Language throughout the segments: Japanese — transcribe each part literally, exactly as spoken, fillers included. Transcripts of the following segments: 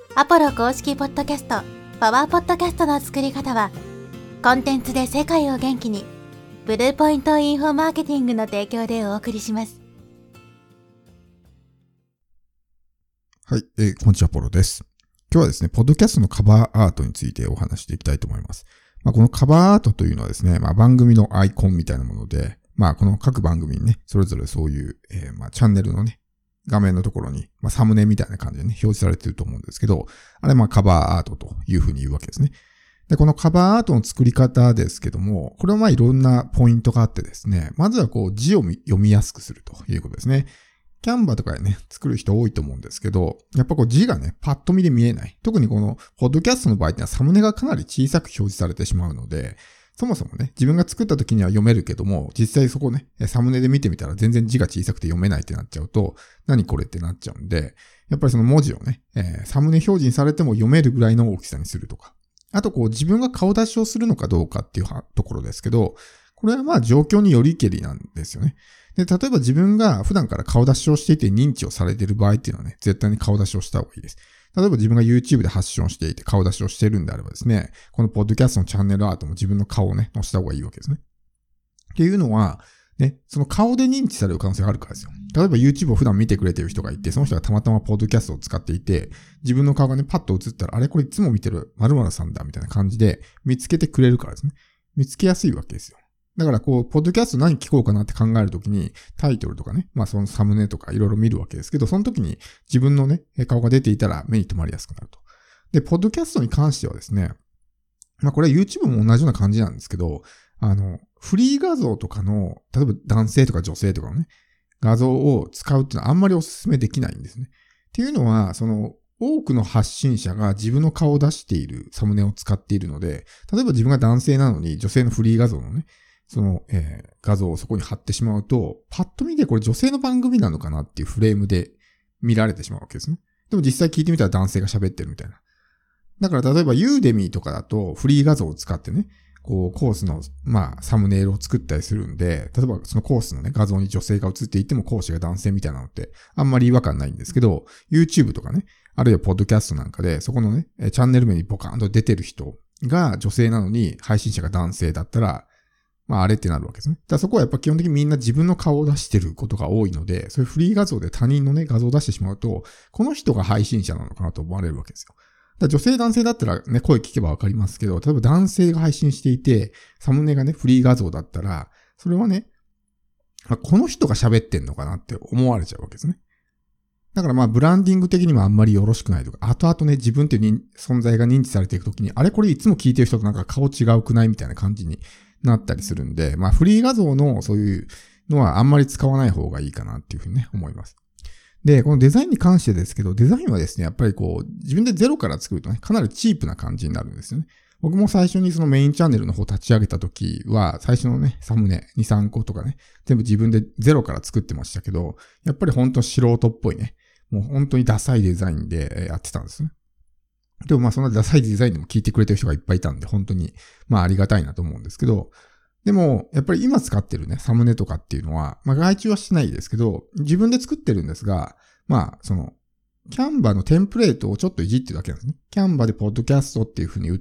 アポロ公式ポッドキャスト、パワーポッドキャストの作り方は、コンテンツで世界を元気に、ブルーポイントインフォマーケティングの提供でお送りします。 はい、えー、こんにちは、ポロです。今日はですね、ポッドキャストのカバーアートについてお話していきたいと思います。まあ、このカバーアートというのはですね、まあ、番組のアイコンみたいなもので、まあ、この各番組にね、それぞれそういう、えー、まあ、チャンネルのね、画面のところに、まあ、サムネみたいな感じでね、表示されていると思うんですけど、あれまあカバーアートというふうに言うわけですね。で、このカバーアートの作り方ですけども、これはまあいろんなポイントがあってですね、まずはこう字を読みやすくするということですね。キャンバとかでね、作る人多いと思うんですけど、やっぱこう字がね、パッと見で見えない。特にこの、ポッドキャストの場合ってのはサムネがかなり小さく表示されてしまうので、そもそもね、自分が作った時には読めるけども、実際そこね、サムネで見てみたら全然字が小さくて読めないってなっちゃうと、何これってなっちゃうんで、やっぱりその文字をね、えー、サムネ表示にされても読めるぐらいの大きさにするとか。あとこう自分が顔出しをするのかどうかっていうところですけど、これはまあ状況によりけりなんですよね。で、例えば自分が普段から顔出しをしていて認知をされている場合っていうのはね、絶対に顔出しをした方がいいです。例えば自分が YouTube で発信をしていて顔出しをしているんであればですね、このポッドキャストのチャンネルアートも自分の顔をね、載せた方がいいわけですね。っていうのは、ね、その顔で認知される可能性があるからですよ。例えば YouTube を普段見てくれている人がいて、その人がたまたまポッドキャストを使っていて、自分の顔がね、パッと映ったら、あれこれいつも見てる〇〇さんだみたいな感じで見つけてくれるからですね。見つけやすいわけですよ。だからこう、ポッドキャスト何聞こうかなって考えるときに、タイトルとかね、まあそのサムネとかいろいろ見るわけですけど、その時に自分のね、顔が出ていたら目に留まりやすくなると。で、ポッドキャストに関してはですね、まあこれは YouTube も同じような感じなんですけど、あの、フリー画像とかの、例えば男性とか女性とかのね、画像を使うっていうのはあんまりお勧めできないんですね。っていうのは、その、多くの発信者が自分の顔を出しているサムネを使っているので、例えば自分が男性なのに女性のフリー画像のね、その、えー、画像をそこに貼ってしまうと、パッと見でこれ女性の番組なのかなっていうフレームで見られてしまうわけですね。でも実際聞いてみたら男性が喋ってるみたいな。だから例えばユーデミーとかだとフリー画像を使ってね、こうコースの、まあ、サムネイルを作ったりするんで、例えばそのコースのね、画像に女性が映っていても講師が男性みたいなのってあんまり違和感ないんですけど、YouTube とかね、あるいはポッドキャストなんかで、そこのね、チャンネル名にボカーンと出てる人が女性なのに配信者が男性だったら、まああれってなるわけですね。だからそこはやっぱ基本的にみんな自分の顔を出してることが多いので、そういうフリー画像で他人のね、画像を出してしまうと、この人が配信者なのかなと思われるわけですよ。だ女性男性だったらね、声聞けばわかりますけど、例えば男性が配信していて、サムネがね、フリー画像だったら、それはね、この人が喋ってんのかなって思われちゃうわけですね。だからまあ、ブランディング的にもあんまりよろしくないとか、後々ね、自分っていう存在が認知されていくときに、あれこれいつも聞いてる人となんか顔違うくないみたいな感じになったりするんで、まあ、フリー画像のそういうのはあんまり使わない方がいいかなっていうふうにね、思います。で、このデザインに関してですけど、デザインはですね、やっぱりこう、自分でゼロから作るとね、かなりチープな感じになるんですよね。僕も最初にそのメインチャンネルの方立ち上げた時は、最初のね、サムネに、さんことかね、全部自分でゼロから作ってましたけど、やっぱり本当素人っぽいね、もう本当にダサいデザインでやってたんですね。でもまあそんなダサいデザインでも聞いてくれてる人がいっぱいいたんで、本当にまあありがたいなと思うんですけど、でも、やっぱり今使ってるね、サムネとかっていうのは、まあ外注はしてないですけど、自分で作ってるんですが、まあ、その、キャンバのテンプレートをちょっといじってるだけなんですね。キャンバでポッドキャストっていう風に打って、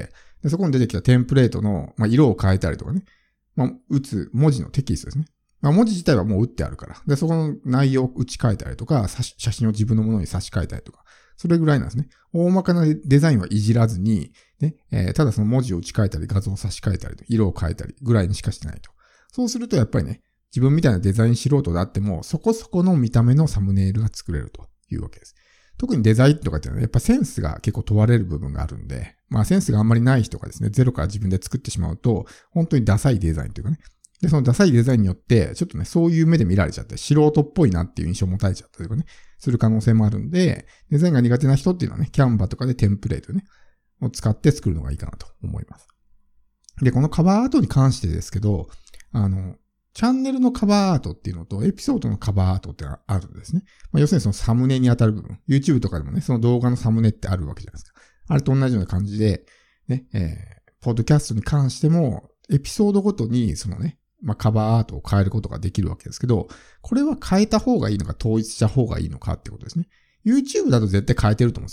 でそこに出てきたテンプレートの、まあ、色を変えたりとかね、まあ、打つ文字のテキストですね。まあ、文字自体はもう打ってあるから。で、そこの内容を打ち替えたりとか、写真を自分のものに差し替えたりとか、それぐらいなんですね。大まかなデザインはいじらずに、ね、えー、ただその文字を打ち替えたり、画像を差し替えたり、色を変えたりぐらいにしかしてないと。そうするとやっぱりね、自分みたいなデザイン素人であっても、そこそこの見た目のサムネイルが作れるというわけです。特にデザインとかっていうのはやっぱセンスが結構問われる部分があるんで、まあセンスがあんまりない人がですね、ゼロから自分で作ってしまうと、本当にダサいデザインというかね。で、そのダサいデザインによって、ちょっとね、そういう目で見られちゃって、素人っぽいなっていう印象を持たれちゃったというかね、する可能性もあるんで、デザインが苦手な人っていうのはね、キャンバとかでテンプレートね、を使って作るのがいいかなと思います。で、このカバーアートに関してですけど、あの、チャンネルのカバーアートっていうのとエピソードのカバーアートってあるんですね。まあ、要するにそのサムネに当たる部分。YouTube とかでもね、その動画のサムネってあるわけじゃないですか。あれと同じような感じで、ね、えー、ポッドキャストに関しても、エピソードごとにそのね、まあ、カバーアートを変えることができるわけですけど、これは変えた方がいいのか統一した方がいいのかってことですね。YouTube だと絶対変えてると思うんですよ。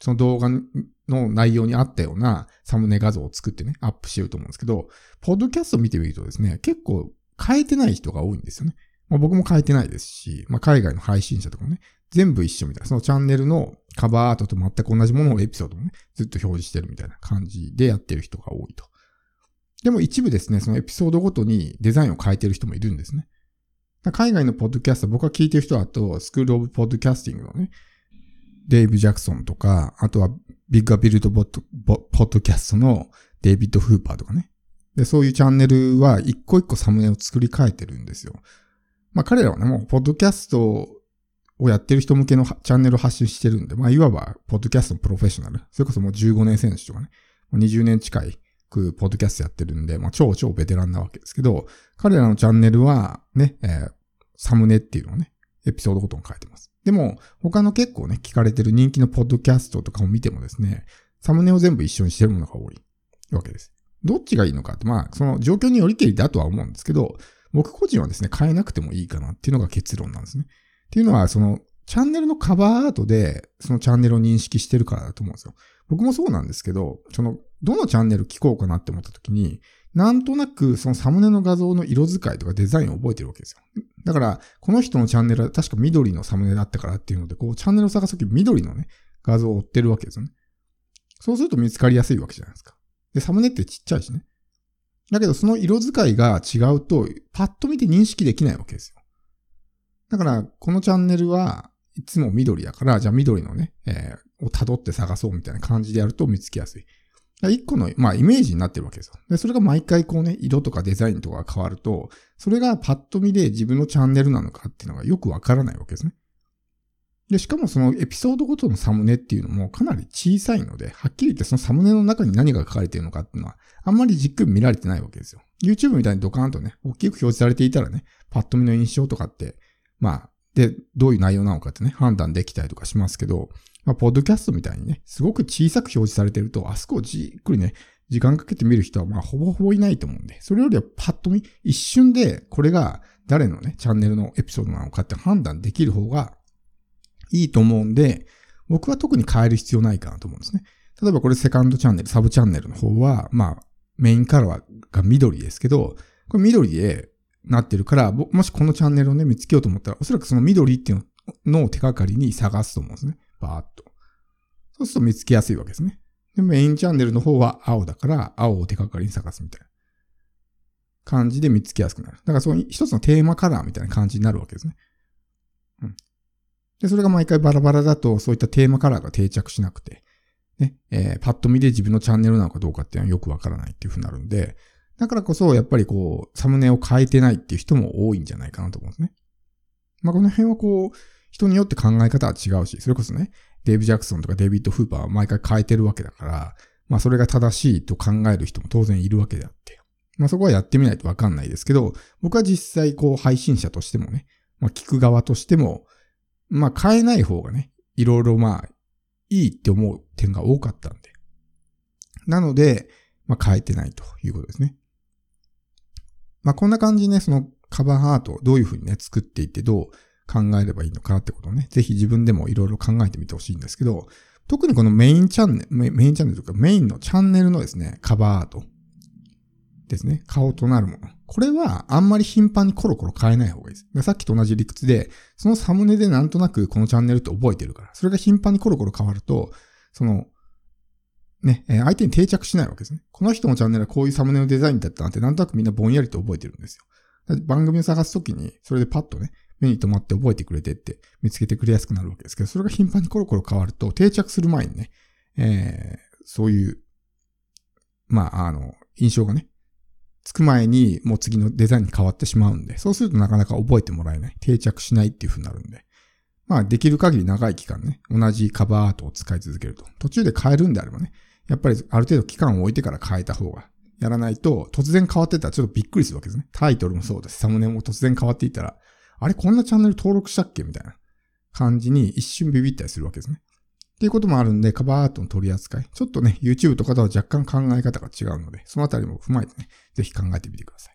その動画の内容に合ったようなサムネ画像を作ってね、アップしてると思うんですけど、ポッドキャストを見てみるとですね、結構変えてない人が多いんですよね。まあ、僕も変えてないですし、まあ、海外の配信者とかもね、全部一緒みたいな、そのチャンネルのカバーアートと全く同じものをエピソードもね、ずっと表示してるみたいな感じでやってる人が多いと。でも一部ですね、そのエピソードごとにデザインを変えてる人もいるんですね。海外のポッドキャスト、僕が聞いてる人だと、スクールオブポッドキャスティングのね、デイブ・ジャクソンとか、あとはビッグアビルドポッド、ポッドキャストのデイビッド・フーパーとかね。で、そういうチャンネルは一個一個サムネを作り変えてるんですよ。まあ彼らはね、もうポッドキャストをやってる人向けのチャンネルを発信してるんで、まあいわばポッドキャストのプロフェッショナル。それこそもうじゅうごねん選手とかね、にじゅうねん近いポッドキャストやってるんで、まあ超超ベテランなわけですけど、彼らのチャンネルはね、えー、サムネっていうのをね、エピソードごとに書いてます。でも、他の結構ね、聞かれてる人気のポッドキャストとかを見てもですね、サムネを全部一緒にしてるものが多いわけです。どっちがいいのかって、まあ、その状況によりけりだとは思うんですけど、僕個人はですね、変えなくてもいいかなっていうのが結論なんですね。っていうのは、その、チャンネルのカバーアートで、そのチャンネルを認識してるからだと思うんですよ。僕もそうなんですけど、その、どのチャンネル聞こうかなって思った時に、なんとなくそのサムネの画像の色使いとかデザインを覚えてるわけですよ。だから、この人のチャンネルは確か緑のサムネだったからっていうので、こうチャンネルを探すとき緑のね、画像を追ってるわけですよね。そうすると見つかりやすいわけじゃないですか。で、サムネってちっちゃいしね。だけどその色使いが違うと、パッと見て認識できないわけですよ。だから、このチャンネルはいつも緑だから、じゃあ緑のね、えー、を辿って探そうみたいな感じでやると見つけやすい。一個の、まあ、イメージになってるわけですよ。で、それが毎回こうね、色とかデザインとかが変わると、それがパッと見で自分のチャンネルなのかっていうのがよくわからないわけですね。で、しかもそのエピソードごとのサムネっていうのもかなり小さいので、はっきり言ってそのサムネの中に何が書かれているのかっていうのは、あんまりじっくり見られてないわけですよ。YouTube みたいにドカーンとね、大きく表示されていたらね、パッと見の印象とかって、まあ、で、どういう内容なのかってね、判断できたりとかしますけど、まあ、ポッドキャストみたいにね、すごく小さく表示されてると、あそこをじっくりね、時間かけて見る人はまあほぼほぼいないと思うんで、それよりはパッと見、一瞬でこれが誰のね、チャンネルのエピソードなのかって判断できる方がいいと思うんで、僕は特に変える必要ないかなと思うんですね。例えばこれセカンドチャンネル、サブチャンネルの方は、まあメインカラーが緑ですけど、これ緑でなってるから、もしこのチャンネルをね、見つけようと思ったら、おそらくその緑っていうのを手がかりに探すと思うんですね。バーっと。そうすると見つけやすいわけですね。で、メインチャンネルの方は青だから、青を手がかりに探すみたいな感じで見つけやすくなる。だからそういう一つのテーマカラーみたいな感じになるわけですね。うん。で、それが毎回バラバラだと、そういったテーマカラーが定着しなくて、ね、えー、パッと見で自分のチャンネルなのかどうかっていうのはよくわからないっていう風になるんで、だからこそ、やっぱりこう、サムネを変えてないっていう人も多いんじゃないかなと思うんですね。まあ、この辺はこう、人によって考え方は違うし、それこそね、デイブ・ジャクソンとかデイビッド・フーパーは毎回変えてるわけだから、まあそれが正しいと考える人も当然いるわけであって、まあそこはやってみないとわかんないですけど、僕は実際こう配信者としてもね、まあ聞く側としても、まあ変えない方がね、いろいろまあいいって思う点が多かったんで。なので、まあ変えてないということですね。まあこんな感じね、そのカバーアートをどういうふうにね、作っていってどう考えればいいのかってことをね、ぜひ自分でもいろいろ考えてみてほしいんですけど、特にこのメインチャンネル、メインチャンネルというかメインのチャンネルのですね、カバーアートですね、顔となるもの。これはあんまり頻繁にコロコロ変えない方がいいです。さっきと同じ理屈で、そのサムネでなんとなくこのチャンネルって覚えてるから、それが頻繁にコロコロ変わると、その、ね、相手に定着しないわけですね。この人のチャンネルはこういうサムネのデザインだったなんてなんとなくみんなぼんやりと覚えてるんですよ。番組を探すときに、それでパッとね、目に留まって覚えてくれてって見つけてくれやすくなるわけですけど、それが頻繁にコロコロ変わると定着する前にね、えー、そういう、まあ、あの、印象がね、つく前にもう次のデザインに変わってしまうんで、そうするとなかなか覚えてもらえない、定着しないっていう風になるんで、まあ、できる限り長い期間ね、同じカバーアートを使い続けると。途中で変えるんであればね、やっぱりある程度期間を置いてから変えた方が、やらないと突然変わってたらちょっとびっくりするわけですね。タイトルもそうです。サムネも突然変わっていたら、あれこんなチャンネル登録したっけみたいな感じに一瞬ビビったりするわけですね。っていうこともあるんで、カバーアートの取り扱い。ちょっとね、YouTube とかとは若干考え方が違うので、そのあたりも踏まえてね、ぜひ考えてみてください。